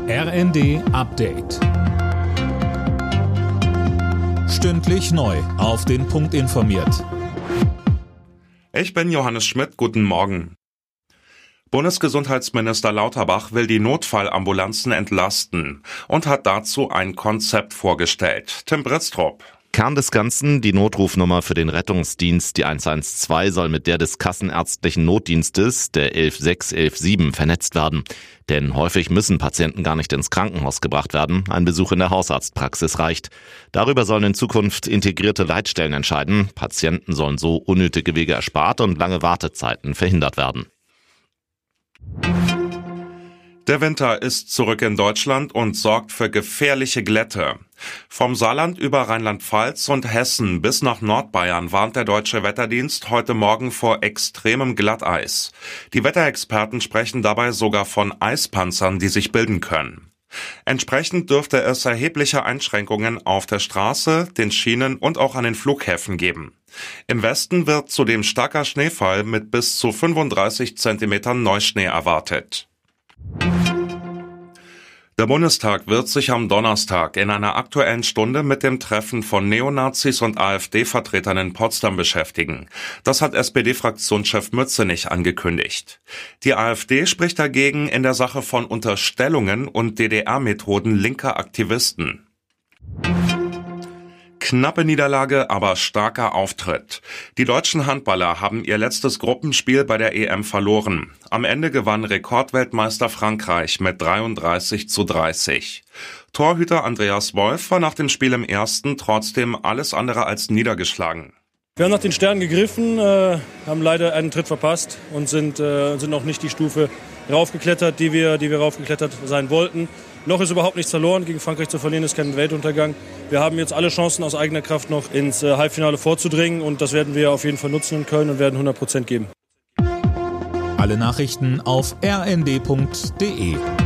RND Update. Stündlich neu auf den Punkt informiert. Ich bin Johannes Schmidt, guten Morgen. Bundesgesundheitsminister Lauterbach will die Notfallambulanzen entlasten und hat dazu ein Konzept vorgestellt. Tim Britztrup. Kern des Ganzen, die Notrufnummer für den Rettungsdienst, die 112, soll mit der des kassenärztlichen Notdienstes, der 11617, vernetzt werden. Denn häufig müssen Patienten gar nicht ins Krankenhaus gebracht werden. Ein Besuch in der Hausarztpraxis reicht. Darüber sollen in Zukunft integrierte Leitstellen entscheiden. Patienten sollen so unnötige Wege erspart und lange Wartezeiten verhindert werden. Der Winter ist zurück in Deutschland und sorgt für gefährliche Glätte. Vom Saarland über Rheinland-Pfalz und Hessen bis nach Nordbayern warnt der Deutsche Wetterdienst heute Morgen vor extremem Glatteis. Die Wetterexperten sprechen dabei sogar von Eispanzern, die sich bilden können. Entsprechend dürfte es erhebliche Einschränkungen auf der Straße, den Schienen und auch an den Flughäfen geben. Im Westen wird zudem starker Schneefall mit bis zu 35 Zentimetern Neuschnee erwartet. Der Bundestag wird sich am Donnerstag in einer Aktuellen Stunde mit dem Treffen von Neonazis und AfD-Vertretern in Potsdam beschäftigen. Das hat SPD-Fraktionschef Mützenich angekündigt. Die AfD spricht dagegen in der Sache von Unterstellungen und DDR-Methoden linker Aktivisten. Knappe Niederlage, aber starker Auftritt. Die deutschen Handballer haben ihr letztes Gruppenspiel bei der EM verloren. Am Ende gewann Rekordweltmeister Frankreich mit 33:30. Torhüter Andreas Wolf war nach dem Spiel im ersten trotzdem alles andere als niedergeschlagen. Wir haben nach den Sternen gegriffen, haben leider einen Tritt verpasst und sind noch nicht die Stufe raufgeklettert, die wir raufgeklettert sein wollten. Noch ist überhaupt nichts verloren. Gegen Frankreich zu verlieren ist kein Weltuntergang. Wir haben jetzt alle Chancen aus eigener Kraft noch ins Halbfinale vorzudringen und das werden wir auf jeden Fall nutzen in Köln und werden 100% geben. Alle Nachrichten auf rnd.de.